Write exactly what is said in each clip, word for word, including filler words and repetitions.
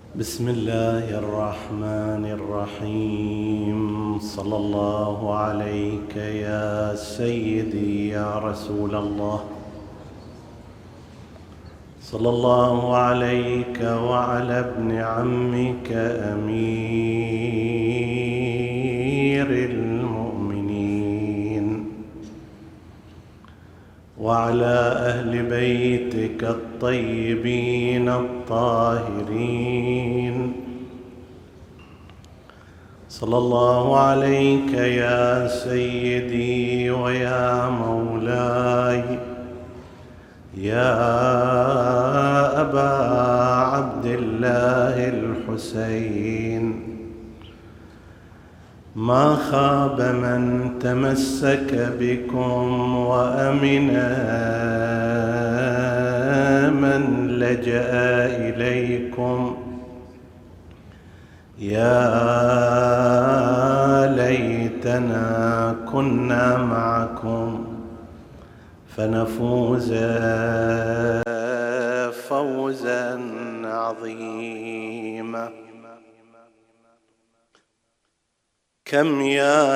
بسم الله الرحمن الرحيم. صلى الله عليك يا سيدي يا رسول الله، صلى الله عليك وعلى ابن عمك أمير المؤمنين، وعلى أهل بيتك الطيبين الطاهرين. صلى الله عليك يا سيدي ويا مولاي يا أبا عبد الله الحسين. ما خاب من تمسك بكم وأمن من لجأ إليكم. يا ليتنا كنا معكم فنفوز فوزا عظيما. كم يا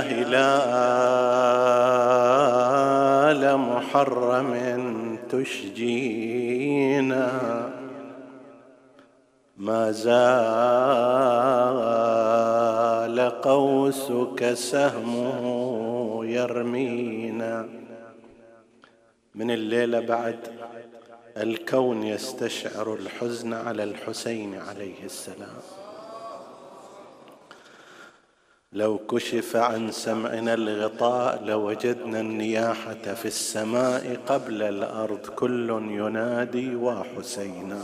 هلال محرم تشجينا، ما زال قوسك سهمه يرمينا. من الليلة بعد الكون يستشعر الحزن على الحسين عليه السلام. لو كشف عن سمعنا الغطاء لوجدنا النياحة في السماء قبل الأرض، كل ينادي وحسينا.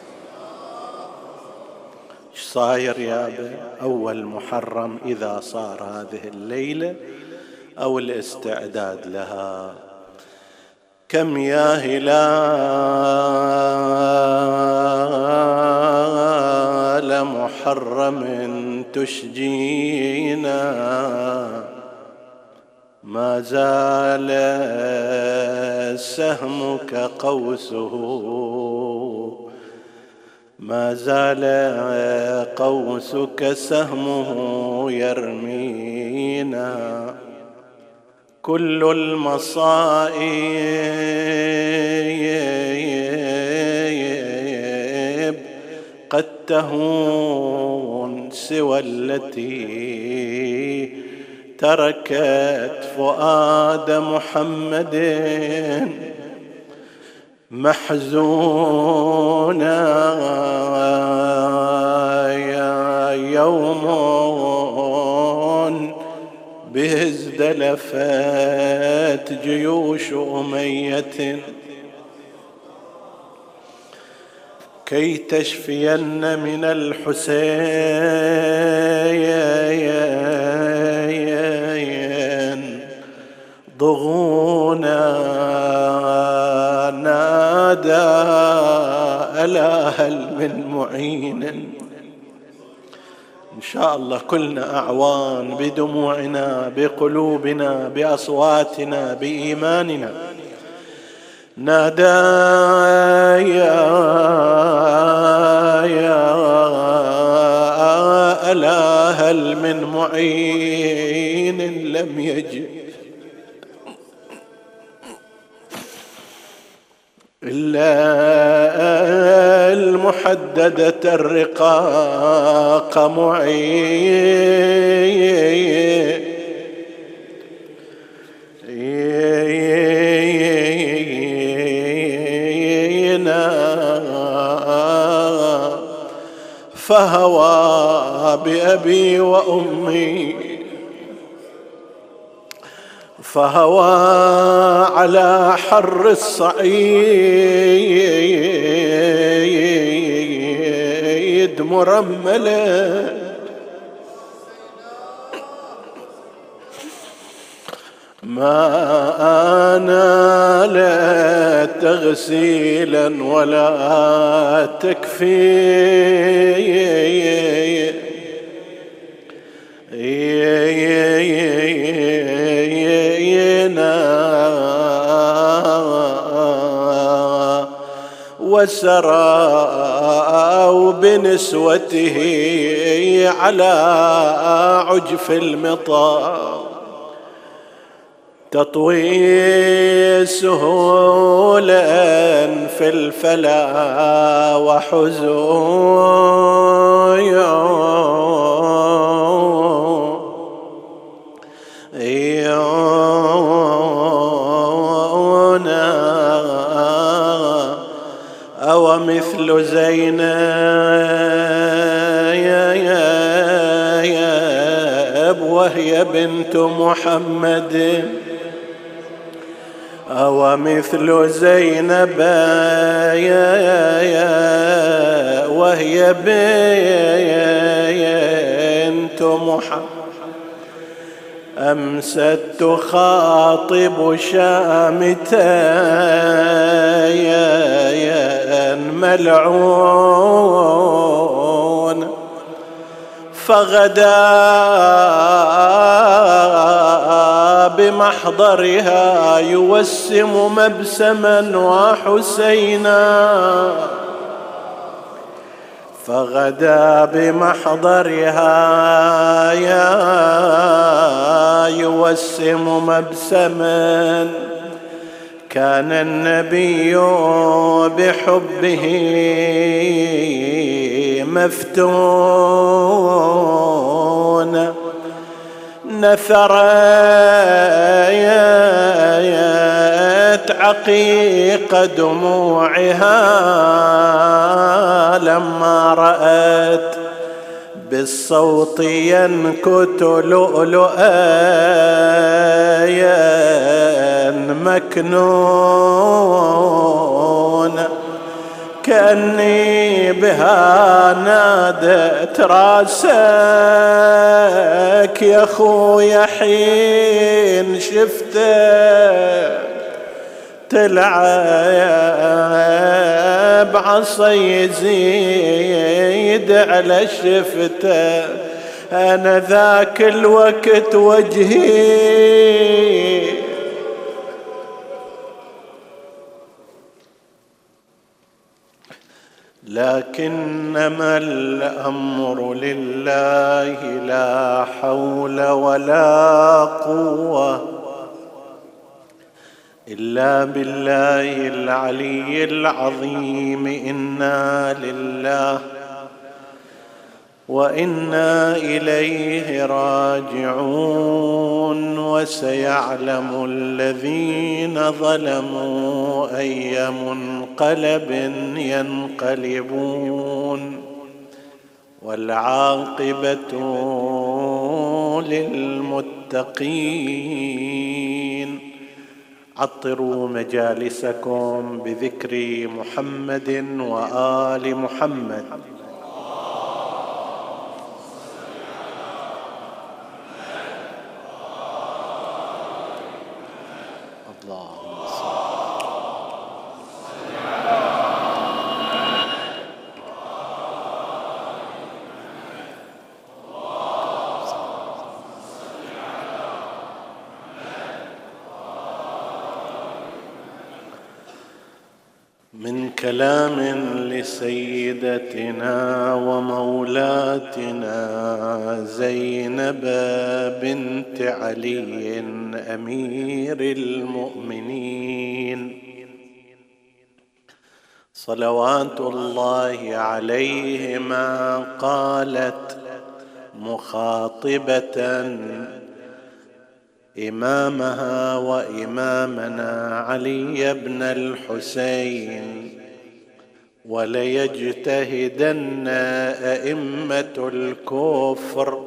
ايش صاير يا أول محرم إذا صار هذه الليلة أو الاستعداد لها؟ كم يا هلال محرم تشجينا، ما زال سهمك قوسه ما زال قوسك سهمه يرمينا. كل المصائب قد تهون سوى التي تركت فؤاد محمد محزونا. يا يوم به ازدلفت جيوش أمية كي تشفين من الحسين ضغونا. نادى ألا هل من معين؟ إن شاء الله كلنا أعوان بدموعنا بقلوبنا بأصواتنا بإيماننا. نادى يا يا ألا هل من معين لم يجد إلا المحددة الرقاق معين. فهوى بأبي وأمي، فهوى على حر الصعيد مرملا. ما نالت تغسيلا ولا تكفينا. وسرى بنسوته على عجف المطار، تطوي سهولا في الفلا وحزونا، أو مثل زينب وهي بنت محمد، أو مثل زينب وهي بنت محمد، أمست تخاطب شامتا ملعون، فغدا بمحضرها يوسم مبسما وحسينا، فغدا بمحضرها يا يوسم مبسما، كان النبي بحبه مفتون، نثرت عقيق دموعها لما رأت بالصوت ينكت لؤلؤا مكنون، كأني بها نادت راسك يا خويا حين شفته تلعب عصي يزيد على شفته، أنا ذاك الوقت وجهي لكنما الأمر لله لا حول ولا قوة إلا بالله العلي العظيم، إنا لله وإنا إليه راجعون، وسيعلم الذين ظلموا أي منقلب ينقلبون، والعاقبة للمتقين. عطروا مجالسكم بذكر محمد وآل محمد. من كلام لسيدتنا ومولاتنا زينب بنت علي أمير المؤمنين صلوات الله عليهما، قالت مخاطبة إمامها وإمامنا علي بن الحسين: وليجتهدن أئمة الكفر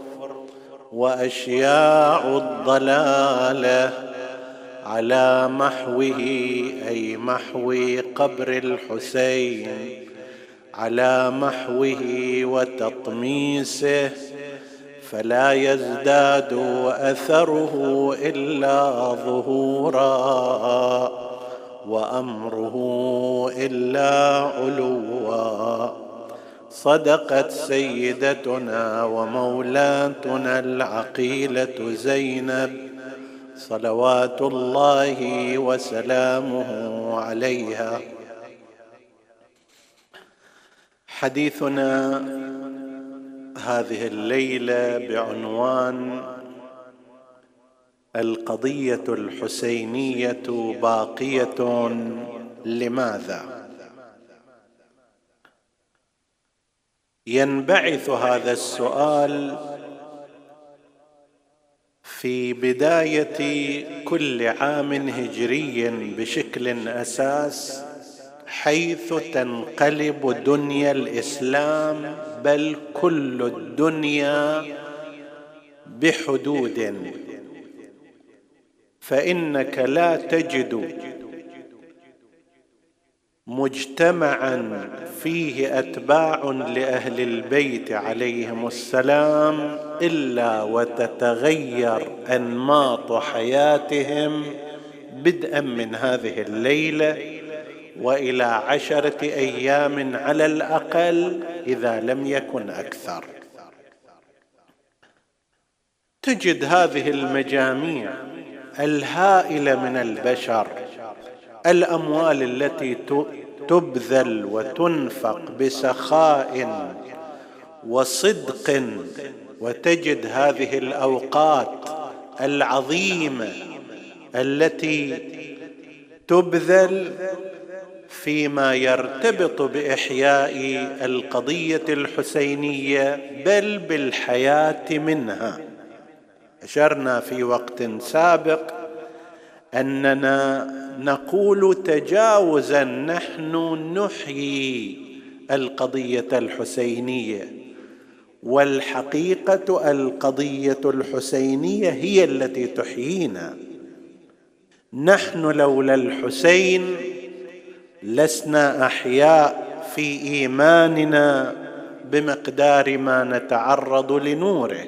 وأشياع الضلالة على محوه، أي محو قبر الحسين، على محوه وتطميسه، فلا يزداد أثره إلا ظهورا وأمره إلا علوا. صدقت سيدتنا ومولاتنا العقيلة زينب صلوات الله وسلامه عليها، حديثنا هذه الليلة بعنوان القضية الحسينية باقية لماذا؟ ينبعث هذا السؤال في بداية كل عام هجري بشكل أساس، حيث تنقلب دنيا الإسلام بل كل الدنيا بحدود، فإنك لا تجد مجتمعا فيه أتباع لأهل البيت عليهم السلام إلا وتتغير أنماط حياتهم بدءا من هذه الليلة وإلى عشرة أيام على الأقل إذا لم يكن أكثر. تجد هذه المجاميع الهائلة من البشر، الأموال التي تبذل وتنفق بسخاء وصدق، وتجد هذه الأوقات العظيمة التي تبذل فيما يرتبط بإحياء القضية الحسينية بل بالحياة منها. أشرنا في وقت سابق أننا نقول تجاوزا نحن نحيي القضية الحسينية، والحقيقة القضية الحسينية هي التي تحيينا. نحن لولا الحسين لسنا أحياء في إيماننا بمقدار ما نتعرض لنوره.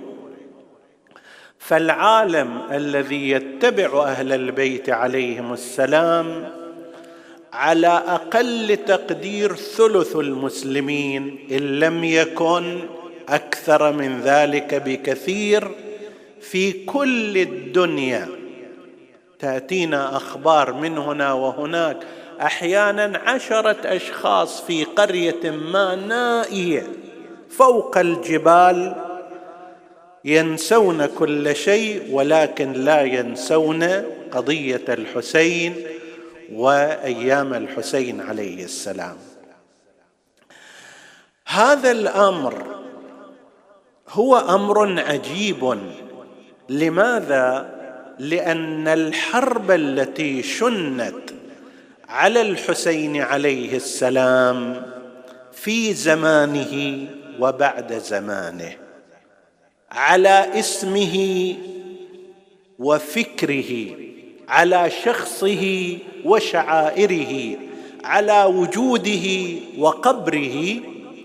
فالعالم الذي يتبع أهل البيت عليهم السلام على أقل تقدير ثلث المسلمين إن لم يكن أكثر من ذلك بكثير في كل الدنيا. تأتينا أخبار من هنا وهناك، أحيانا عشرة أشخاص في قرية ما نائية فوق الجبال ينسون كل شيء، ولكن لا ينسون قضية الحسين وأيام الحسين عليه السلام. هذا الأمر هو أمر عجيب. لماذا؟ لأن الحرب التي شنت على الحسين عليه السلام في زمانه وبعد زمانه على اسمه وفكره، على شخصه وشعائره، على وجوده وقبره،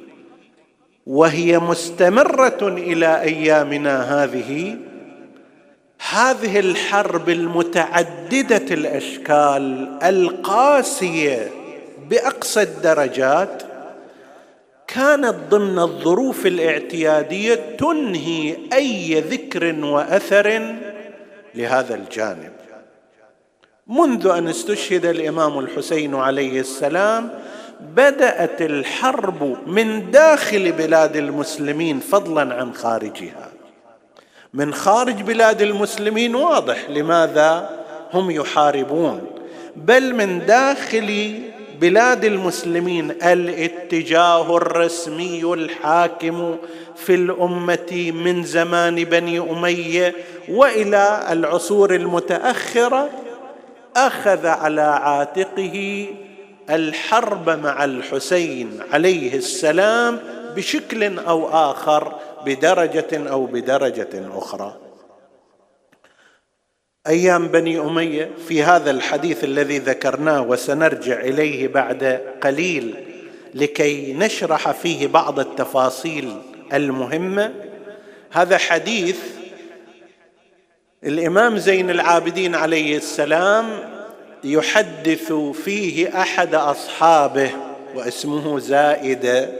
وهي مستمرة إلى أيامنا هذه. هذه الحرب المتعددة الأشكال القاسية بأقصى الدرجات كانت ضمن الظروف الاعتيادية تنهي أي ذكر وأثر لهذا الجانب. منذ أن استشهد الإمام الحسين عليه السلام بدأت الحرب من داخل بلاد المسلمين فضلا عن خارجها. من خارج بلاد المسلمين واضح لماذا هم يحاربون، بل من داخل بلاد المسلمين الاتجاه الرسمي الحاكم في الأمة من زمان بني أمية وإلى العصور المتأخرة أخذ على عاتقه الحرب مع الحسين عليه السلام بشكل أو آخر، بدرجة أو بدرجة أخرى. أيام بني أمية في هذا الحديث الذي ذكرناه وسنرجع إليه بعد قليل لكي نشرح فيه بعض التفاصيل المهمة. هذا حديث الإمام زين العابدين عليه السلام يحدث فيه أحد أصحابه واسمه زائدة،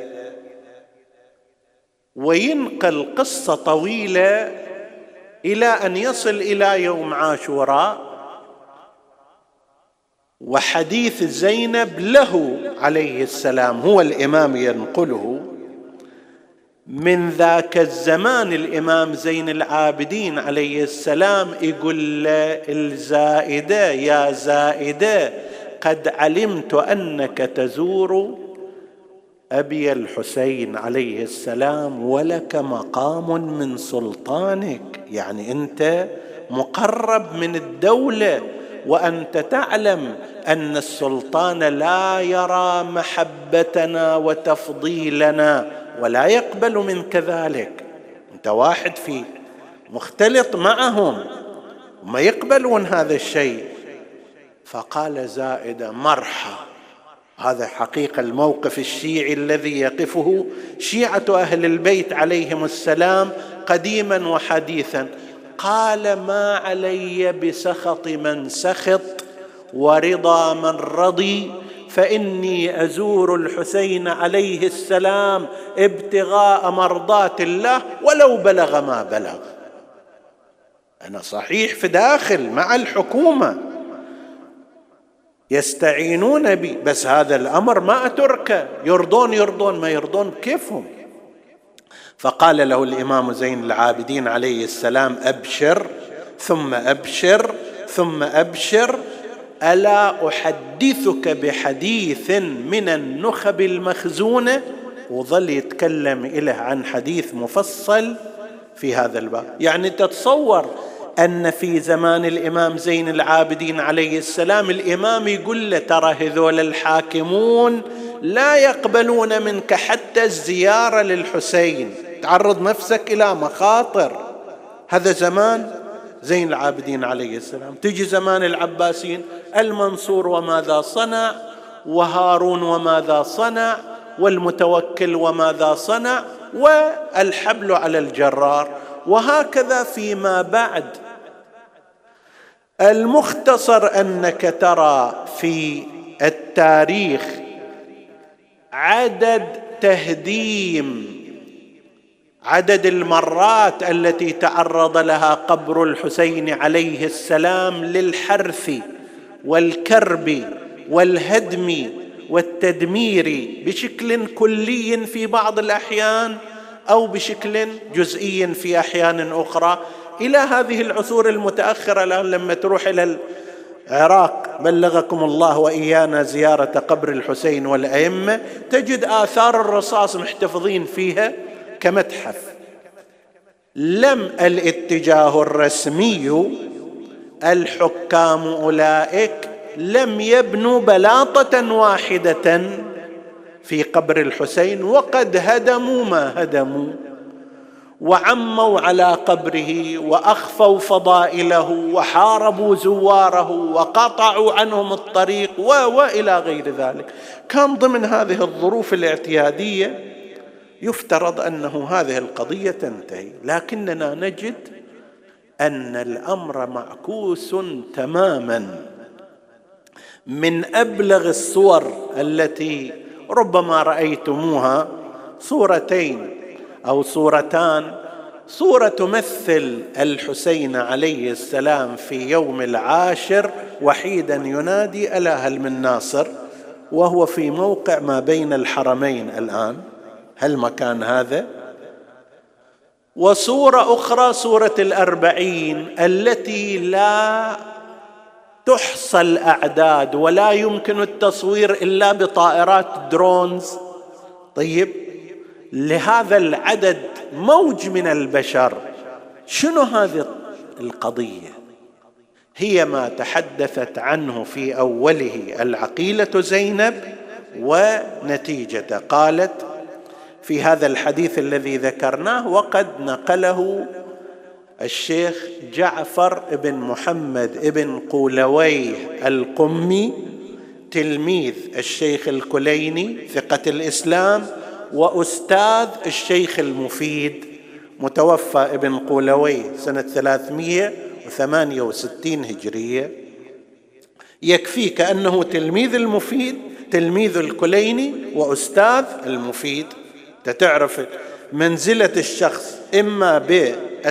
وينقل قصة طويلة إلى أن يصل إلى يوم عاشوراء. وحديث زينب له عليه السلام هو الإمام ينقله. من ذاك الزمان الإمام زين العابدين عليه السلام يقول له الزائدة: يا زائدة، قد علمت أنك تزور أبي الحسين عليه السلام ولك مقام من سلطانك، يعني أنت مقرب من الدولة، وأنت تعلم أن السلطان لا يرى محبتنا وتفضيلنا ولا يقبل منك ذلك، أنت واحد في مختلط معهم وما يقبلون هذا الشيء. فقال زائدة: مرحى. هذا حقيقة الموقف الشيعي الذي يقفه شيعة أهل البيت عليهم السلام قديما وحديثا. قال: ما علي بسخط من سخط ورضا من رضي، فإني أزور الحسين عليه السلام ابتغاء مرضات الله ولو بلغ ما بلغ. أنا صحيح في داخل مع الحكومة يستعينون بي، بس هذا الأمر ما أتركه، يرضون يرضون ما يرضون كيفهم. فقال له الإمام زين العابدين عليه السلام: أبشر ثم أبشر ثم أبشر، ألا أحدثك بحديث من النخب المخزونة. وظل يتكلم إله عن حديث مفصل في هذا الباب. يعني تتصور أن في زمان الإمام زين العابدين عليه السلام الإمام يقول له: ترى هذول الحاكمون لا يقبلون منك حتى الزيارة للحسين، تعرض نفسك إلى مخاطر. هذا زمان زين العابدين عليه السلام. تجي زمان العباسيين: المنصور وماذا صنع، وهارون وماذا صنع، والمتوكل وماذا صنع، والحبل على الجرار. وهكذا فيما بعد. المختصر أنك ترى في التاريخ عدد تهديم، عدد المرات التي تعرض لها قبر الحسين عليه السلام للحرث والكرب والهدم والتدمير بشكل كلي في بعض الأحيان، أو بشكل جزئي في أحيان أخرى، إلى هذه العصور المتأخرة. الآن لما تروح إلى العراق، بلغكم الله وإيانا زيارة قبر الحسين والأئمة، تجد آثار الرصاص محتفظين فيها كمتحف. لم الاتجاه الرسمي الحكام أولئك لم يبنوا بلاطة واحدة في قبر الحسين، وقد هدموا ما هدموا وعموا على قبره وأخفوا فضائله وحاربوا زواره وقطعوا عنهم الطريق و وإلى غير ذلك. كان ضمن هذه الظروف الاعتيادية يفترض أنه هذه القضية تنتهي، لكننا نجد أن الأمر معكوس تماما. من أبلغ الصور التي ربما رأيتموها صورتين أو صورتان. صورة تمثل الحسين عليه السلام في يوم العاشر وحيدا ينادي: ألا هل من ناصر، وهو في موقع ما بين الحرمين الآن، هل مكان هذا. وصورة أخرى صورة الأربعين التي لا تحصى الأعداد ولا يمكن التصوير إلا بطائرات درونز. طيب، لهذا العدد موج من البشر، شنو هذه القضية؟ هي ما تحدثت عنه في أوله العقيلة زينب ونتيجته. قالت في هذا الحديث الذي ذكرناه، وقد نقله الشيخ جعفر بن محمد بن قولويه القمي تلميذ الشيخ الكليني ثقة الإسلام وأستاذ الشيخ المفيد، متوفى ابن قولويه سنة ثلاثمائة وثمانية وستين هجرية. يكفيك أنه تلميذ المفيد، تلميذ الكليني وأستاذ المفيد، تتعرف منزلة الشخص إما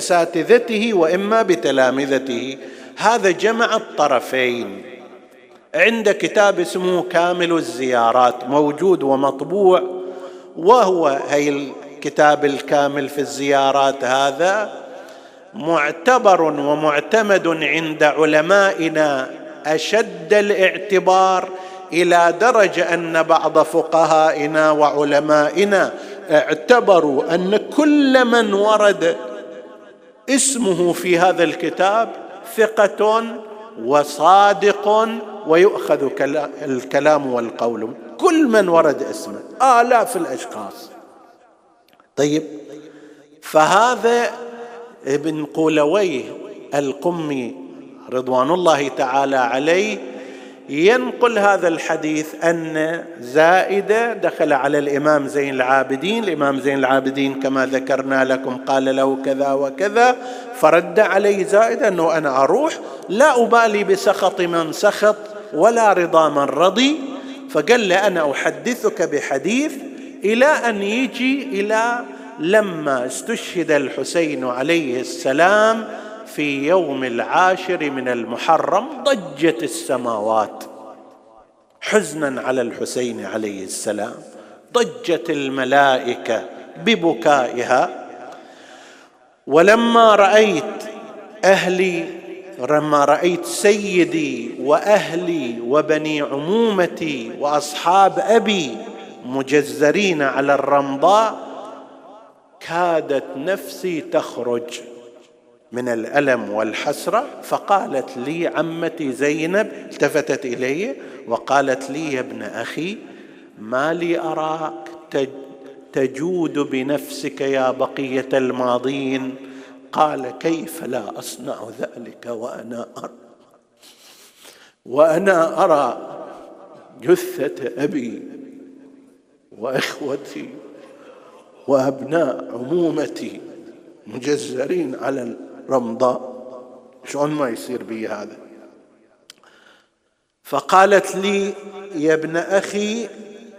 بأساتذته وإما بتلامذته. هذا جمع الطرفين، عند كتاب اسمه كامل الزيارات، موجود ومطبوع، وهو هي الكتاب الكامل في الزيارات هذا معتبر ومعتمد عند علمائنا أشد الاعتبار، إلى درجة أن بعض فقهائنا وعلمائنا اعتبروا أن كل من ورد اسمه في هذا الكتاب ثقة وصادق ويؤخذ الكلام والقول، كل من ورد اسمه، آلاف الأشخاص. طيب، فهذا ابن قولويه القمي رضوان الله تعالى عليه ينقل هذا الحديث أن زائدة دخل على الإمام زين العابدين، الإمام زين العابدين كما ذكرنا لكم قال له كذا وكذا، فرد عليه زائدة أنه أنا أروح لا أبالي بسخط من سخط ولا رضا من رضي، فقال له أنا أحدثك بحديث، إلى أن يجي إلى لما استشهد الحسين عليه السلام في يوم العاشر من المحرم، ضجت السماوات حزنا على الحسين عليه السلام، ضجت الملائكة ببكائها. ولما رأيت أهلي، لما رأيت سيدي وأهلي وبني عمومتي وأصحاب أبي مجزرين على الرمضاء، كادت نفسي تخرج من الألم والحسرة، فقالت لي عمتي زينب، التفتت إلي وقالت لي يا ابن أخي ما لي أراك تجود بنفسك يا بقية الماضين؟ قال كيف لا أصنع ذلك وأنا أرى وأنا أرى جثة أبي وإخوتي وأبناء عمومتي مجزرين على الرمضاء، شلون ما يصير بي هذا؟ فقالت لي يا ابن أخي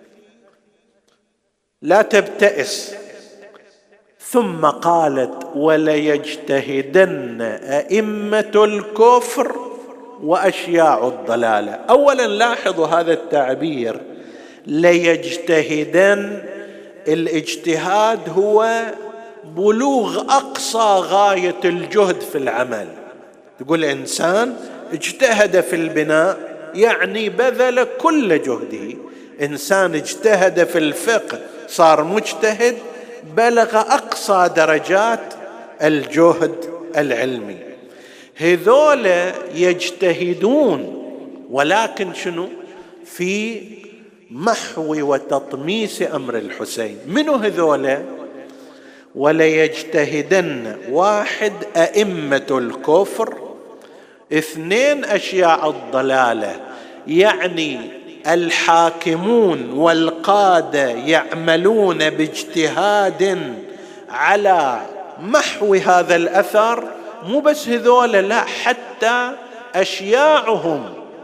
لا تبتئس، ثم قالت وليجتهدن أئمة الكفر وأشياع الضلالة. أولا لاحظوا هذا التعبير ليجتهدن، الاجتهاد هو بلوغ أقصى غاية الجهد في العمل. تقول إنسان اجتهد في البناء يعني بذل كل جهده، إنسان اجتهد في الفقه صار مجتهد، بلغ أقصى درجات الجهد العلمي. هذول يجتهدون، ولكن شنو؟ في محو وتطميس أمر الحسين. منو هذول؟ وليجتهدن، واحد أئمة الكفر، اثنين أشياع الضلالة، يعني الحاكمون والقادة يعملون باجتهاد على محو هذا الأثر. مو بس هذول، لا، حتى أشياعهم،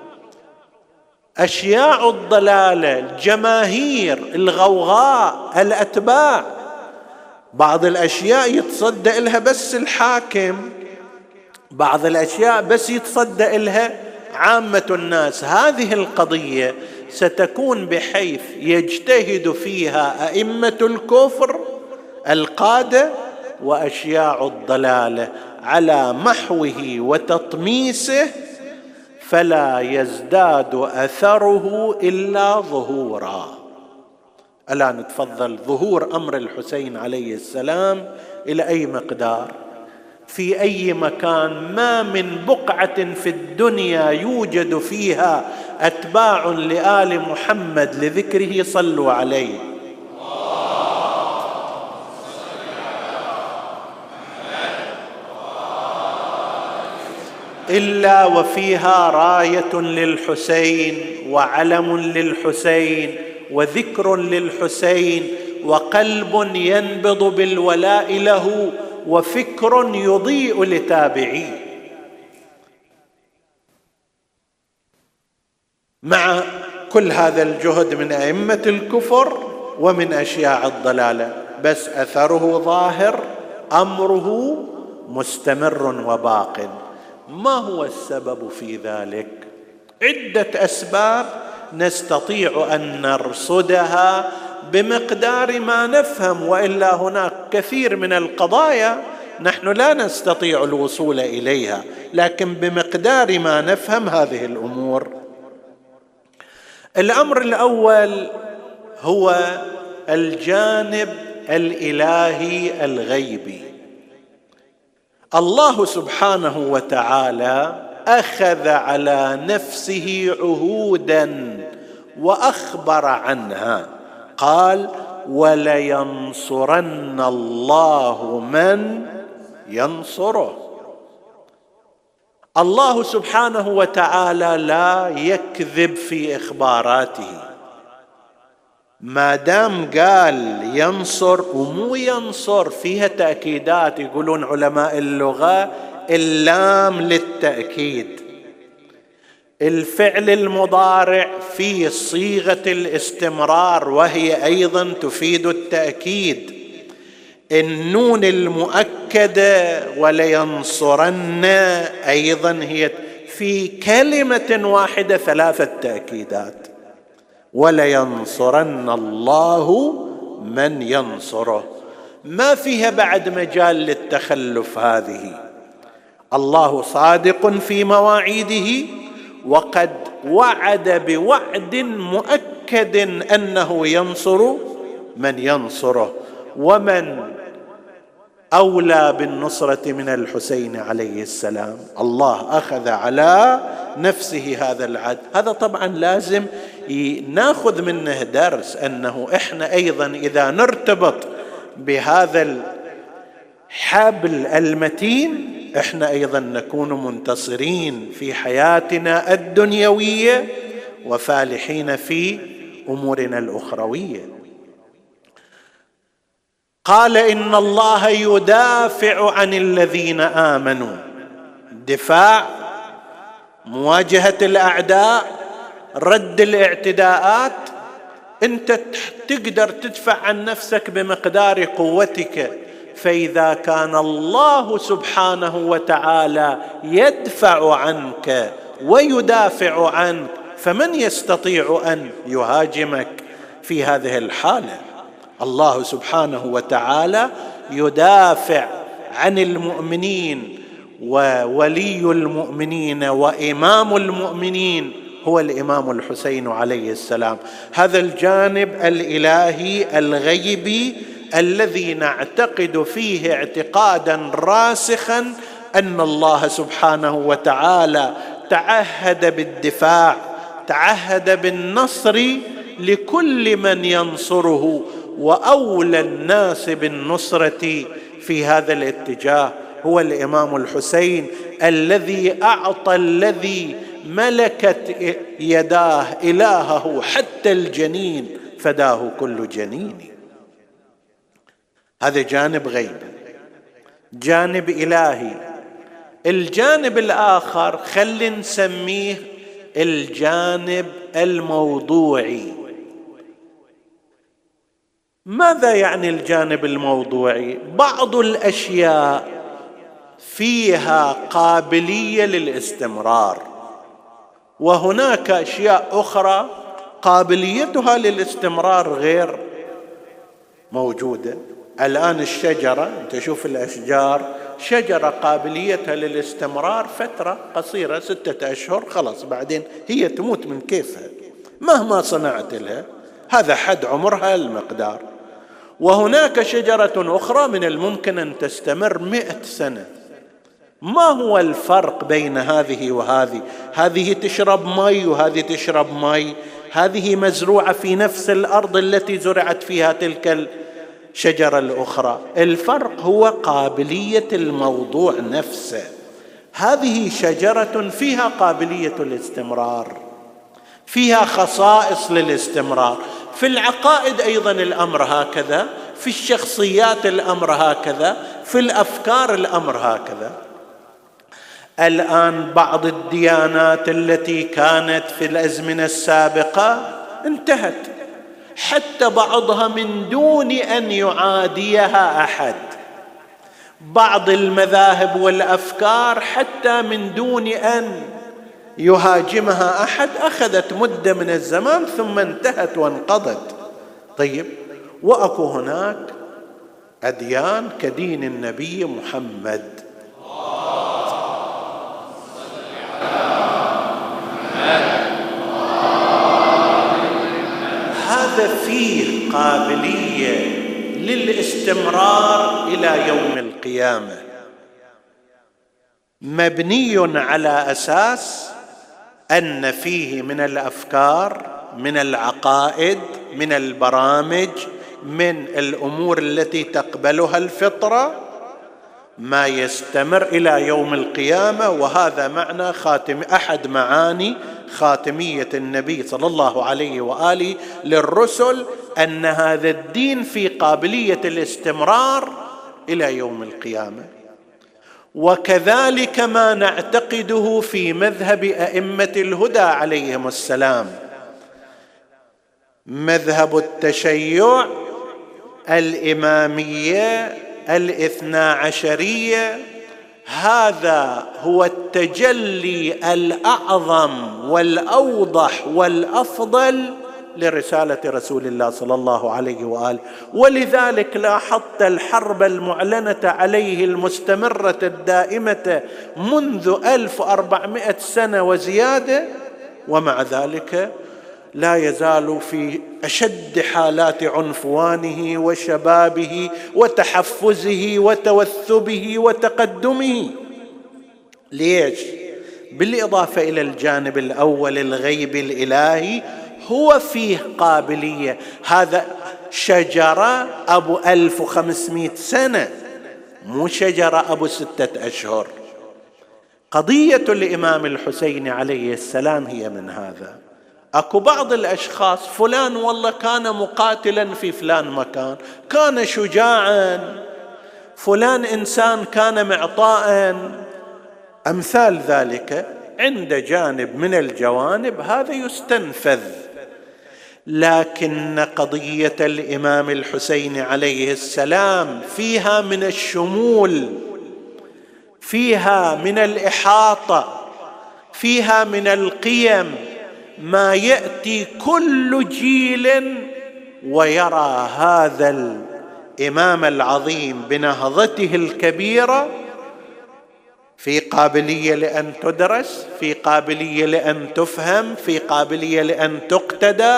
أشياع الضلالة، الجماهير، الغوغاء، الأتباع، بعض الأشياء يتصدى إلها بس الحاكم، بعض الأشياء بس يتصدى إلها عامة الناس. هذه القضية ستكون بحيث يجتهد فيها أئمة الكفر القادة وأشياع الضلالة على محوه وتطميسه، فلا يزداد أثره إلا ظهورا. الآن نتفضل ظهور أمر الحسين عليه السلام إلى أي مقدار، في أي مكان، ما من بقعة في الدنيا يوجد فيها أتباع لآل محمد لذكره صلوا عليه. إلا وفيها راية للحسين وعلم للحسين وذكر للحسين وقلب ينبض بالولاء له وفكر يضيء لتابعيه. مع كل هذا الجهد من أئمة الكفر ومن أشياع الضلالة، بس أثره ظاهر، أمره مستمر وباق. ما هو السبب في ذلك؟ عدة أسباب نستطيع أن نرصدها بمقدار ما نفهم، وإلا هناك كثير من القضايا نحن لا نستطيع الوصول إليها، لكن بمقدار ما نفهم هذه الأمور. الأمر الأول هو الجانب الإلهي الغيبي. الله سبحانه وتعالى أخذ على نفسه عهودا وأخبر عنها، قال: ولينصرن الله من ينصره. الله سبحانه وتعالى لا يكذب في إخباراته، ما دام قال ينصر ومو ينصر فيها تأكيدات. يقولون علماء اللغة اللام للتأكيد، الفعل المضارع في صيغة الاستمرار وهي أيضا تفيد التأكيد، النون المؤكدة ولينصرن أيضا هي في كلمة واحدة ثلاثة تأكيدات: ولينصرن الله من ينصره. ما فيها بعد مجال للتخلف. هذه الله صادق في مواعيده، وقد وعد بوعد مؤكد أنه ينصر من ينصره. ومن أولى بالنصرة من الحسين عليه السلام؟ الله أخذ على نفسه هذا العهد. هذا طبعا لازم ناخذ منه درس، أنه إحنا أيضا إذا نرتبط بهذا الحبل المتين إحنا أيضا نكون منتصرين في حياتنا الدنيوية وفالحين في أمورنا الأخروية. قال: إن الله يدافع عن الذين آمنوا. دفاع، مواجهة الأعداء، رد الاعتداءات. أنت تقدر تدفع عن نفسك بمقدار قوتك، فإذا كان الله سبحانه وتعالى يدفع عنك ويدافع عنك، فمن يستطيع أن يهاجمك في هذه الحالة؟ الله سبحانه وتعالى يدافع عن المؤمنين، وولي المؤمنين وإمام المؤمنين هو الإمام الحسين عليه السلام. هذا الجانب الإلهي الغيبي الذي نعتقد فيه اعتقادا راسخا أن الله سبحانه وتعالى تعهد بالدفاع، تعهد بالنصر لكل من ينصره، وأولى الناس بالنصرة في هذا الاتجاه هو الإمام الحسين، الذي أعطى الذي ملكت يداه إلهه حتى الجنين فداه كل جنين. هذا جانب غيبي، جانب إلهي. الجانب الآخر خلي نسميه الجانب الموضوعي. ماذا يعني الجانب الموضوعي؟ بعض الأشياء فيها قابلية للاستمرار، وهناك أشياء أخرى قابليتها للاستمرار غير موجودة. الآن الشجرة، أنت شوف الأشجار، شجرة قابليتها للاستمرار فترة قصيرة، ستة أشهر، خلاص بعدين هي تموت من كيفها مهما صنعت لها، هذا حد عمرها المقدار. وهناك شجرة أخرى من الممكن أن تستمر مئة سنة. ما هو الفرق بين هذه وهذه؟ هذه تشرب مي وهذه تشرب مي، هذه مزروعة في نفس الأرض التي زرعت فيها تلك الشجرة الأخرى. الفرق هو قابلية الموضوع نفسه. هذه شجرة فيها قابلية الاستمرار، فيها خصائص للاستمرار. في العقائد أيضا الأمر هكذا، في الشخصيات الأمر هكذا، في الأفكار الأمر هكذا. الآن بعض الديانات التي كانت في الأزمنة السابقة انتهت، حتى بعضها من دون أن يعاديها أحد. بعض المذاهب والأفكار حتى من دون أن يهاجمها أحد، أخذت مدة من الزمان ثم انتهت وانقضت. طيب، وأكو هناك أديان كدين النبي محمد. هذا فيه قابلية للاستمرار إلى يوم القيامة، مبني على أساس أن فيه من الأفكار، من العقائد، من البرامج، من الأمور التي تقبلها الفطرة ما يستمر إلى يوم القيامة. وهذا معنى خاتم أحد معاني خاتمية النبي صلى الله عليه وآله للرسل، أن هذا الدين في قابلية الاستمرار إلى يوم القيامة. وكذلك ما نعتقده في مذهب أئمة الهدى عليهم السلام، مذهب التشيع، الإمامية، الاثنا عشرية، هذا هو التجلي الأعظم والأوضح والأفضل لرسالة رسول الله صلى الله عليه وآله. ولذلك لاحظت الحرب المعلنة عليه المستمرة الدائمة منذ ألف وأربعمائة سنة وزيادة، ومع ذلك لا يزال في أشد حالات عنفوانه وشبابه وتحفزه وتوثبه وتقدمه. ليش؟ بالإضافة إلى الجانب الأول الغيب الإلهي، هو فيه قابلية. هذا شجرة أبو ألف وخمسمائة سنة، مو شجرة أبو ستة أشهر. قضية الإمام الحسين عليه السلام هي من هذا. أكو بعض الأشخاص، فلان والله كان مقاتلا في فلان مكان، كان شجاعا، فلان إنسان كان معطاء، أمثال ذلك. عند جانب من الجوانب هذا يستنفذ، لكن قضية الإمام الحسين عليه السلام فيها من الشمول، فيها من الإحاطة، فيها من القيم ما يأتي كل جيل ويرى هذا الإمام العظيم بنهضته الكبيرة في قابلية لأن تدرس، في قابلية لأن تفهم، في قابلية لأن تقتدى.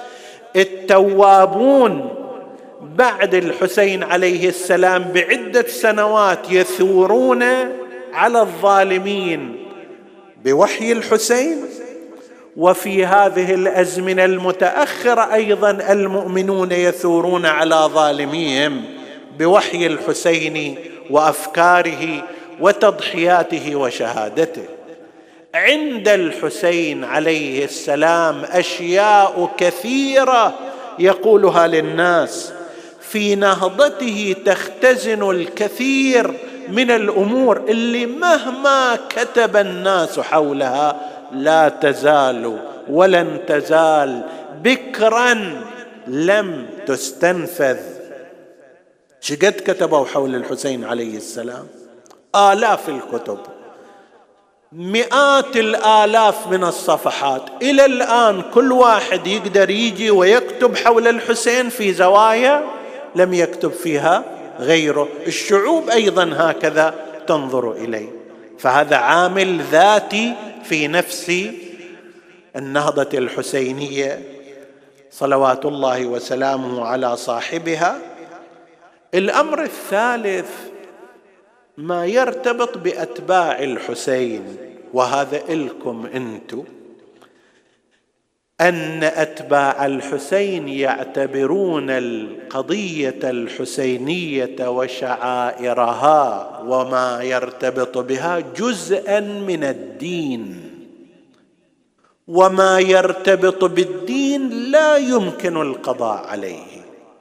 التوابون بعد الحسين عليه السلام بعدة سنوات يثورون على الظالمين بوحي الحسين، وفي هذه الأزمنة المتأخرة أيضا المؤمنون يثورون على ظالميهم بوحي الحسين وأفكاره وتضحياته وشهادته. عند الحسين عليه السلام أشياء كثيرة يقولها للناس، في نهضته تختزن الكثير من الأمور اللي مهما كتب الناس حولها لا تزال ولن تزال بكرا لم تستنفذ. شقد كتبوا حول الحسين عليه السلام؟ آلاف الكتب، مئات الآلاف من الصفحات. إلى الآن كل واحد يقدر يجي ويكتب حول الحسين في زوايا لم يكتب فيها غيره. الشعوب أيضا هكذا تنظر إليه. فهذا عامل ذاتي في نفس النهضة الحسينية صلوات الله وسلامه على صاحبها. الأمر الثالث ما يرتبط بأتباع الحسين، وهذا إلكم أنتم، أن أتباع الحسين يعتبرون القضية الحسينية وشعائرها وما يرتبط بها جزءا من الدين، وما يرتبط بالدين لا يمكن القضاء عليه.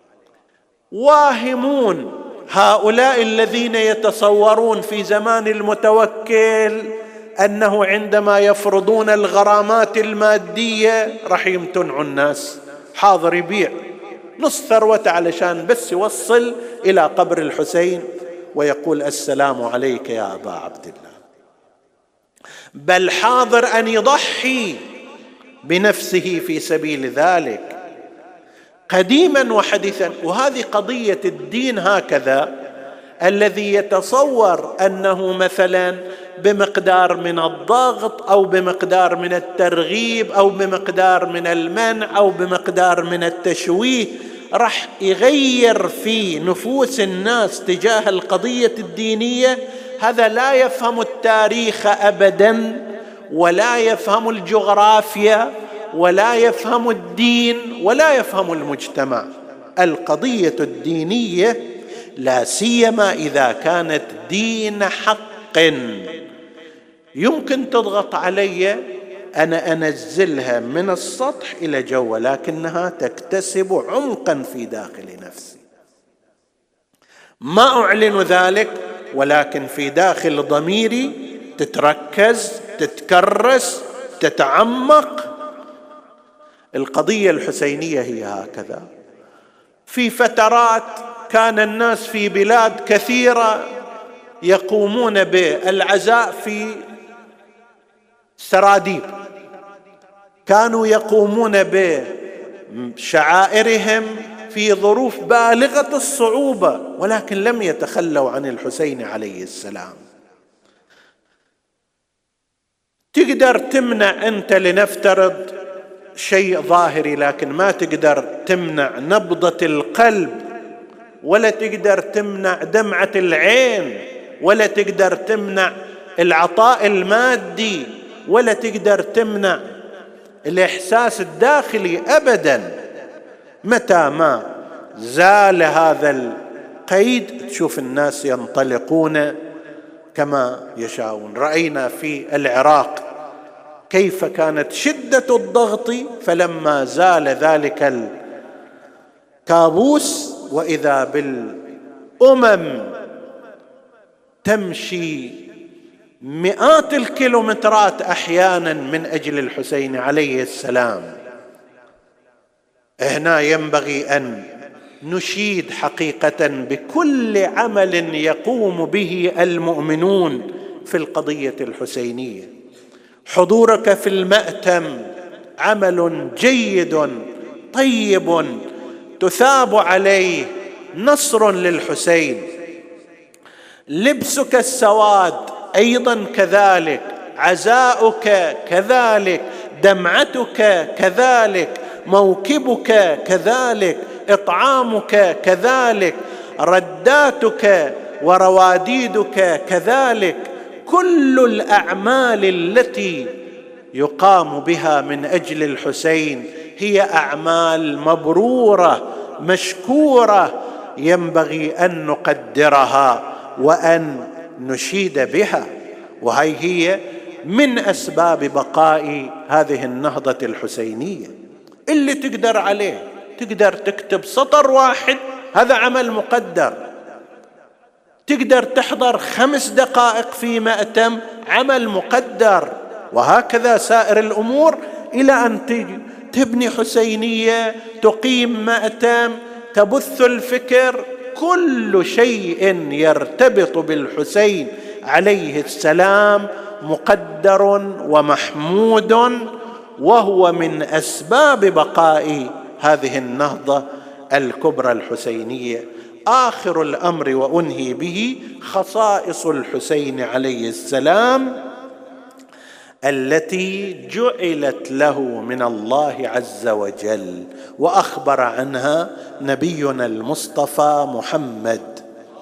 واهمون هؤلاء الذين يتصورون في زمان المتوكل أنه عندما يفرضون الغرامات المادية رح يمتنعوا الناس، حاضر يبيع نص ثروته علشان بس يوصل إلى قبر الحسين ويقول السلام عليك يا أبا عبد الله. بل حاضر أن يضحي بنفسه في سبيل ذلك قديما وحديثا. وهذه قضية الدين هكذا، الذي يتصور أنه مثلا بمقدار من الضغط أو بمقدار من الترغيب أو بمقدار من المنع أو بمقدار من التشويه راح يغير في نفوس الناس تجاه القضية الدينية، هذا لا يفهم التاريخ أبدا، ولا يفهم الجغرافيا، ولا يفهم الدين، ولا يفهم المجتمع. القضية الدينية لا سيما إذا كانت دين حق يمكن تضغط علي أنا أنزلها من السطح إلى جو، لكنها تكتسب عمقا في داخل نفسي، ما أعلن ذلك، ولكن في داخل ضميري تتركز، تتكرس، تتعمق. القضية الحسينية هي هكذا. في فترات كان الناس في بلاد كثيرة يقومون بالعزاء في سراديب، كانوا يقومون بشعائرهم في ظروف بالغة الصعوبة، ولكن لم يتخلوا عن الحسين عليه السلام. تقدر تمنع أنت لنفترض شيء ظاهري، لكن ما تقدر تمنع نبضة القلب، ولا تقدر تمنع دمعة العين، ولا تقدر تمنع العطاء المادي، ولا تقدر تمنع الإحساس الداخلي أبدا. متى ما زال هذا القيد تشوف الناس ينطلقون كما يشاءون. رأينا في العراق كيف كانت شدة الضغط، فلما زال ذلك الكابوس وإذا بالأمم تمشي مئات الكيلومترات أحيانا من أجل الحسين عليه السلام. هنا ينبغي أن نشيد حقيقة بكل عمل يقوم به المؤمنون في القضية الحسينية. حضورك في المأتم عمل جيد طيب تثاب عليه، نصر للحسين. لبسك السواد أيضا كذلك، عزاؤك كذلك، دمعتك كذلك، موكبك كذلك، إطعامك كذلك، رداتك ورواديدك كذلك. كل الأعمال التي يقام بها من أجل الحسين هي أعمال مبرورة مشكورة، ينبغي أن نقدرها وأن نشيد بها. وهي هي من أسباب بقاء هذه النهضة الحسينية. اللي تقدر عليه، تقدر تكتب سطر واحد، هذا عمل مقدر. تقدر تحضر خمس دقائق في مأتم، عمل مقدر. وهكذا سائر الأمور إلى أن تبني حسينية، تقيم مأتم، تبث الفكر. كل شيء يرتبط بالحسين عليه السلام مقدر ومحمود، وهو من أسباب بقاء هذه النهضة الكبرى الحسينية. آخر الأمر وأنهي به خصائص الحسين عليه السلام التي جعلت له من الله عز وجل، وأخبر عنها نبينا المصطفى محمد.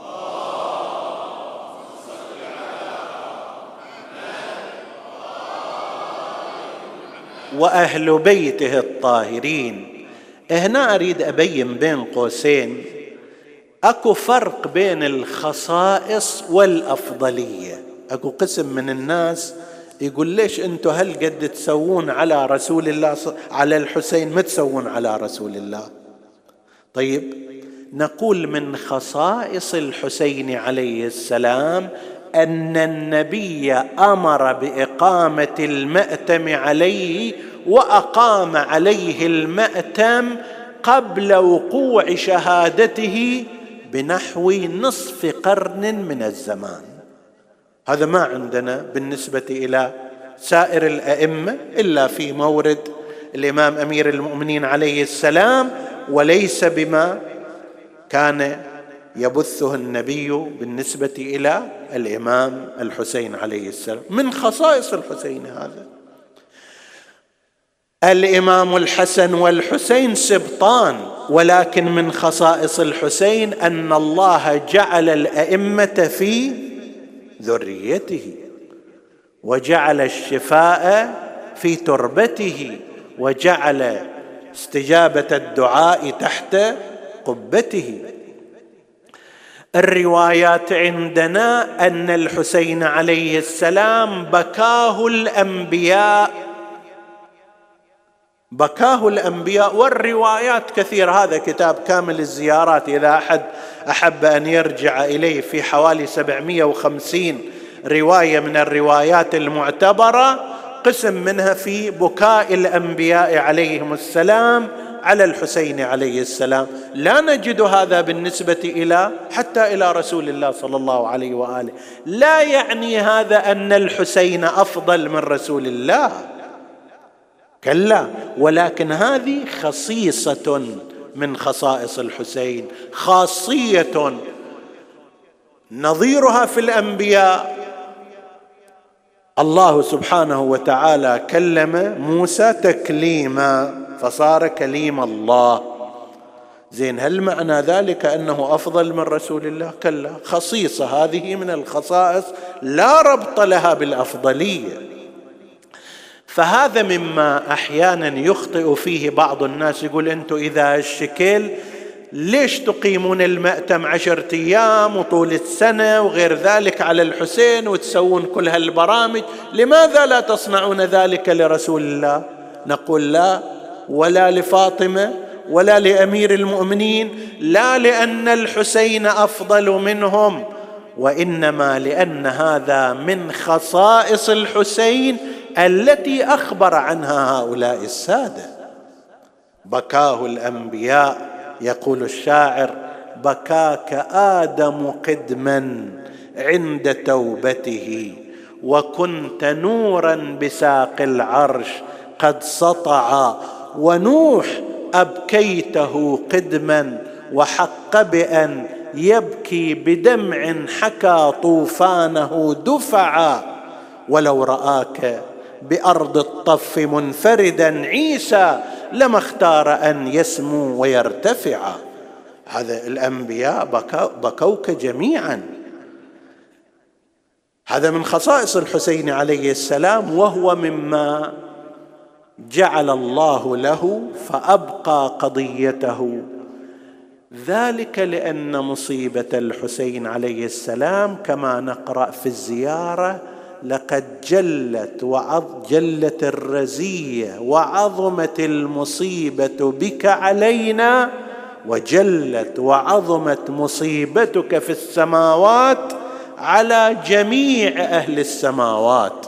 وأهل بيته الطاهرين. هنا أريد أبين بين قوسين أكو فرق بين الخصائص والأفضلية. أكو قسم من الناس يقول ليش أنتم هل قد تسوون على رسول الله على الحسين، ما تسوون على رسول الله؟ طيب، نقول من خصائص الحسين عليه السلام أن النبي أمر بإقامة المأتم عليه، وأقام عليه المأتم قبل وقوع شهادته بنحو نصف قرن من الزمان. هذا ما عندنا بالنسبة إلى سائر الأئمة إلا في مورد الإمام أمير المؤمنين عليه السلام، وليس بما كان يبثه النبي بالنسبة إلى الإمام الحسين عليه السلام. من خصائص الحسين هذا. الإمام الحسن والحسين سبطان، ولكن من خصائص الحسين أن الله جعل الأئمة في ذريته، وجعل الشفاء في تربته، وجعل استجابة الدعاء تحت قبته. الروايات عندنا أن الحسين عليه السلام بكاه الأنبياء، بكاه الأنبياء، والروايات كثيرة. هذا كتاب كامل الزيارات، إذا أحد أحب أن يرجع إليه، في حوالي سبعمائة وخمسين رواية من الروايات المعتبرة، قسم منها في بكاء الأنبياء عليهم السلام على الحسين عليه السلام. لا نجد هذا بالنسبة إلى حتى إلى رسول الله صلى الله عليه وآله. لا يعني هذا أن الحسين أفضل من رسول الله، كلا، ولكن هذه خصيصة من خصائص الحسين، خاصية نظيرها في الأنبياء. الله سبحانه وتعالى كلم موسى تكليما فصار كليم الله. زين، هل معنى ذلك أنه أفضل من رسول الله؟ كلا، خصيصة هذه من الخصائص لا ربط لها بالأفضلية. فهذا مما أحيانا يخطئ فيه بعض الناس، يقول أنتم إذا الشكل ليش تقيمون المأتم عشرة أيام وطول السنة وغير ذلك على الحسين وتسوون كل هالبرامج، لماذا لا تصنعون ذلك لرسول الله؟ نقول لا، ولا لفاطمة ولا لأمير المؤمنين، لا لأن الحسين أفضل منهم، وإنما لأن هذا من خصائص الحسين التي أخبر عنها هؤلاء السادة. بكاه الأنبياء، يقول الشاعر: بكاك آدم قدما عند توبته، وكنت نورا بساق العرش قد سطع، ونوح أبكيته قدما وحق بأن يبكي بدمع حكى طوفانه دفعا، ولو رآك بأرض الطف منفردا عيسى لما اختار أن يسمو ويرتفع. هذا الأنبياء بكوك جميعا. هذا من خصائص الحسين عليه السلام، وهو مما جعل الله له فأبقى قضيته. ذلك لأن مصيبة الحسين عليه السلام كما نقرأ في الزيارة: لقد جلت وعظ جلت الرزية وعظمت المصيبة بك علينا، وجلت وعظمت مصيبتك في السماوات على جميع أهل السماوات.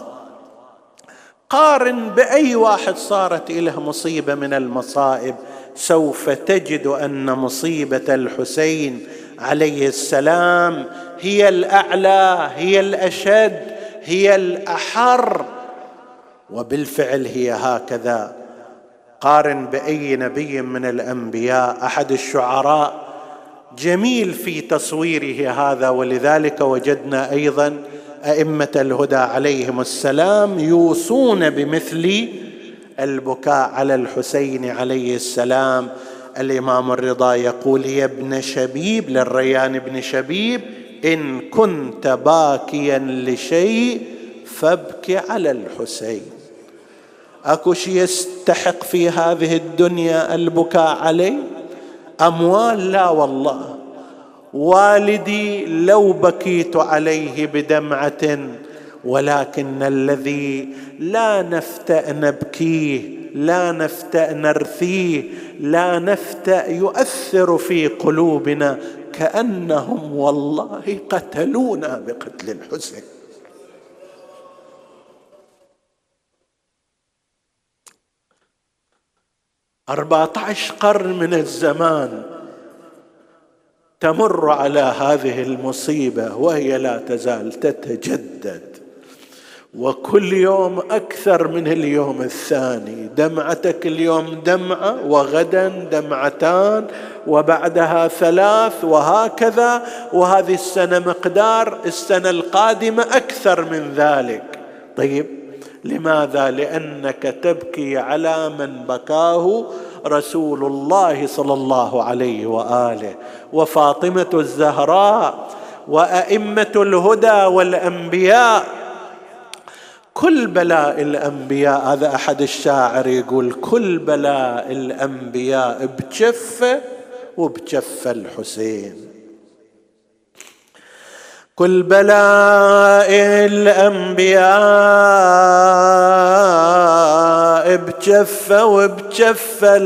قارن بأي واحد صارت له مصيبة من المصائب، سوف تجد أن مصيبة الحسين عليه السلام هي الأعلى، هي الأشد، هي الأحر. وبالفعل هي هكذا. قارن بأي نبي من الأنبياء. أحد الشعراء جميل في تصويره هذا، ولذلك وجدنا أيضا أئمة الهدى عليهم السلام يوصون بمثل البكاء على الحسين عليه السلام. الإمام الرضا يقول: يا ابن شبيب، للريان بن شبيب: إن كنت باكيا لشيء فابك على الحسين. أكو شيء يستحق في هذه الدنيا البكاء عليه؟ أموال؟ لا والله. والدي لو بكيت عليه بدمعة، ولكن الذي لا نفتأ نبكيه، لا نفتأ نرثيه، لا نفتأ يؤثر في قلوبنا، كأنهم والله قتلونا بقتل الحسين. أربعة عشر قرن من الزمان تمر على هذه المصيبة وهي لا تزال تتجدد، وكل يوم أكثر من اليوم الثاني. دمعتك اليوم دمعة، وغدا دمعتان، وبعدها ثلاث، وهكذا. وهذه السنة مقدار، السنة القادمة أكثر من ذلك. طيب لماذا؟ لأنك تبكي على من بكاه رسول الله صلى الله عليه وآله وفاطمة الزهراء وأئمة الهدى والأنبياء. كل بلاء الأنبياء، هذا أحد الشاعر يقول كل بلاء الأنبياء بجفة وبجفة الحسين. كل بلاء الأنبياء بجفة وبجفة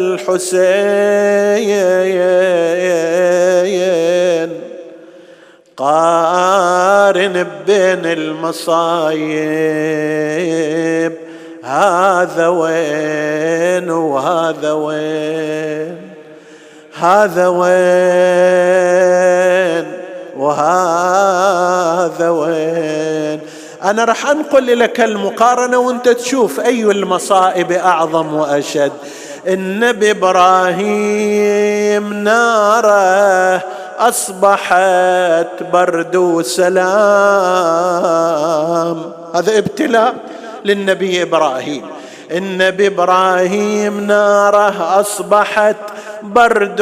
الحسين. قارن بين المصايب، هذا وين وهذا وين، هذا وين وهذا وين. أنا رح أنقل لك المقارنة وأنت تشوف أي المصائب أعظم وأشد. النبي إبراهيم ناره أصبحت برد وسلام، هذا ابتلاء للنبي إبراهيم. النبي إبراهيم ناره أصبحت برد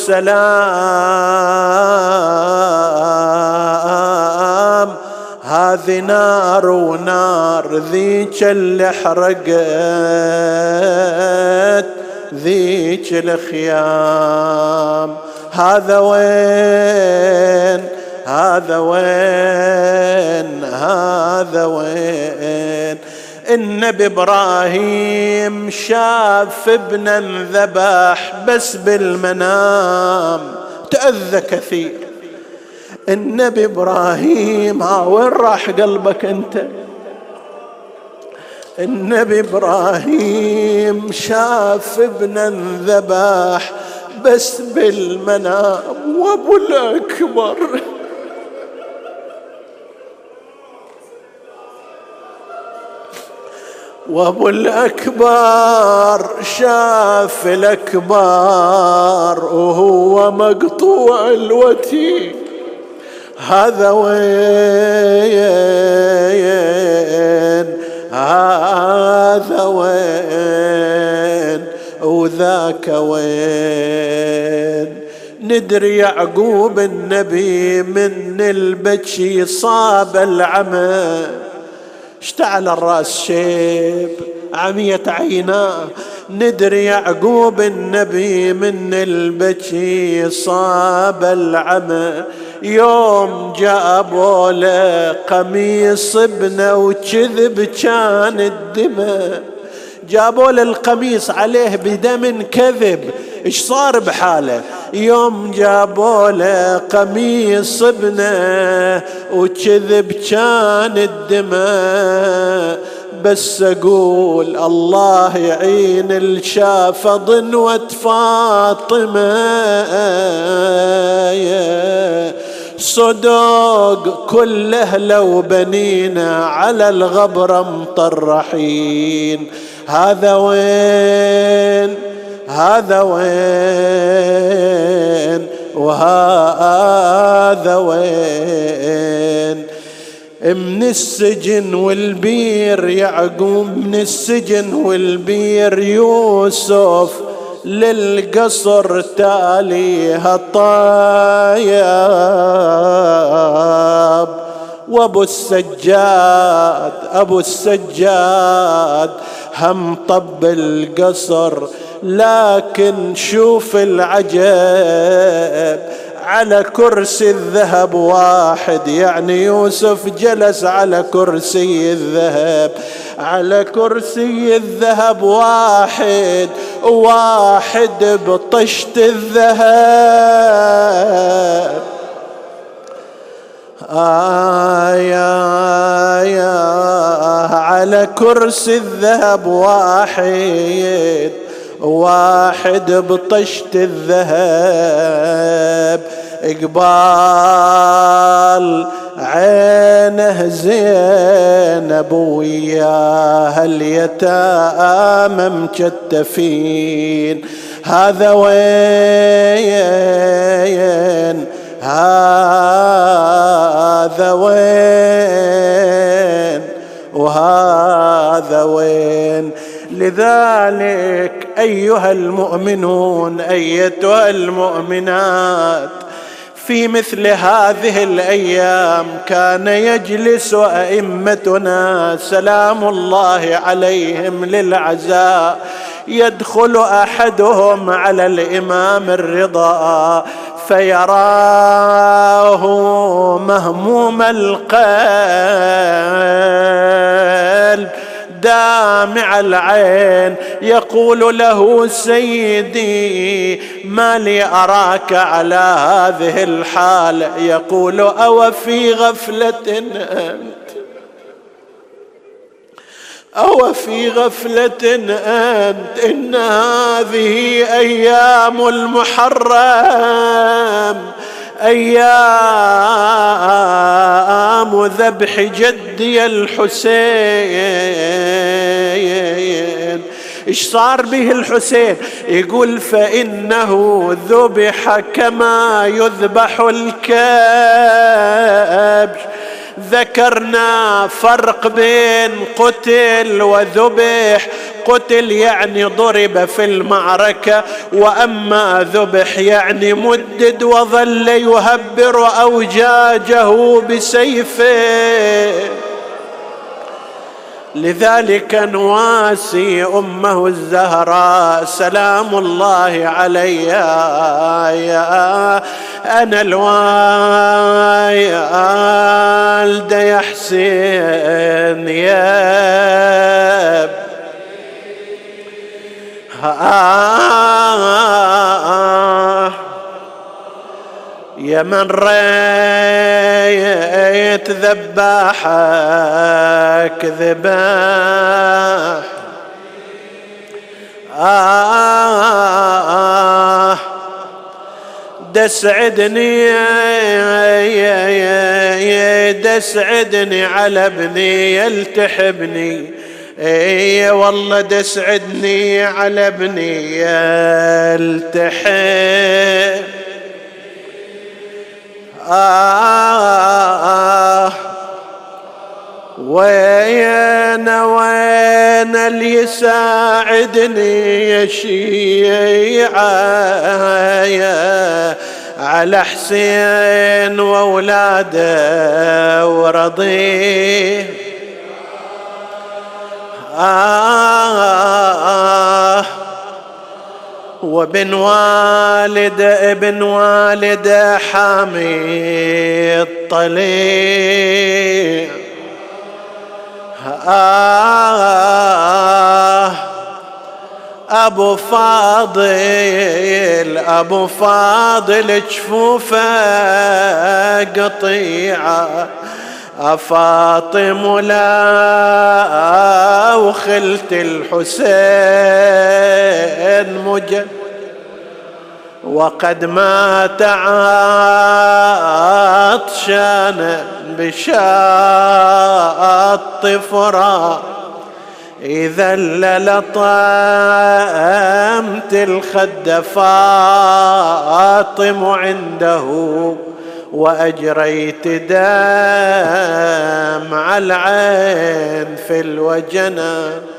والسلام. هذه نار ونار ذيك اللي حرقت ذيك الخيام. هذا وين هذا وين هذا وين. النبي إبراهيم شاف ابنا انذبح بس بالمنام، تأذى كثير. النبي إبراهيم ها وين راح قلبك أنت؟ النبي إبراهيم شاف ابنا انذبح بس بالمنام. وابو الأكبر وابو الأكبر شاف الأكبر وهو مقطوع الوتين. هذا وين هذا وين وذاك وين. ندري يعقوب النبي من البكي صاب العمى، اشتعل الرأس شيب عمية عيناه. ندري يعقوب النبي من البكي صاب العمى. يوم جابوا له قميص ابنه وكذب كان الدمى. جابوا له القميص عليه بدم كذب، ايش صار بحاله؟ يوم جابوا له قميص ابنه وكذب كان الدماء. بس اقول الله يعين الشاف ضنوة فاطمة، صدق كل اهله وبنينا على الغبرة مطرحين. هذا وين هذا وين وهذا وين. من السجن والبير يعقوب، من السجن والبير يوسف، للقصر تاليها طايب. وابو السجاد ابو السجاد هم طب القصر، لكن شوف العجب على كرسي الذهب واحد. يعني يوسف جلس على كرسي الذهب، على كرسي الذهب واحد، واحد بطشت الذهب. آه يا يا على كرسي الذهب واحد، واحد بطشت الذهب. اقبال عينه زينب وياها اليتامى مكتفين. هذا وين هذا وين وهذا وين. لذلك أيها المؤمنون أيتها المؤمنات، في مثل هذه الأيام كان يجلس أئمتنا سلام الله عليهم للعزاء، يدخل أحدهم على الإمام الرضا فيراه مهموم القلب دامع العين، يقول له: سيدي ما لي أراك على هذه الحال؟ يقول: أو في غفلة أنت أو في غفلة أنت إن هذه أيام المحرم، أيام ذبح جدي الحسين. إيش صار به الحسين؟ يقول: فإنه ذبح كما يذبح الكبش. ذكرنا فرق بين قتل وذبح. قتل يعني ضرب في المعركة، وأما ذبح يعني مدد وظل يهبر أوجاجه بسيفه. لذلك نواسي أمه الزهراء سلام الله عليها: يا أنا الوالد يا حسين يا آه يا من ريت ذباحك ذباح. آه دسعدني دسعدني على ابني يلتحبني. اي والله دسعدني على ابني يلتحب. آه وين وين اللي يساعدني يا شيعة على حسين وأولاده ورضيه. آه وابن والد ابن والد حامي الطليع. آه أبو فاضل أبو فاضل جفوفه قطيعة. أفاطم لا وخلت الحسين مجد وقد مات عطشانا بشاط فرات. إذا للطمت الخد فاطم عنده وأجريت دمع العين في الوجنان.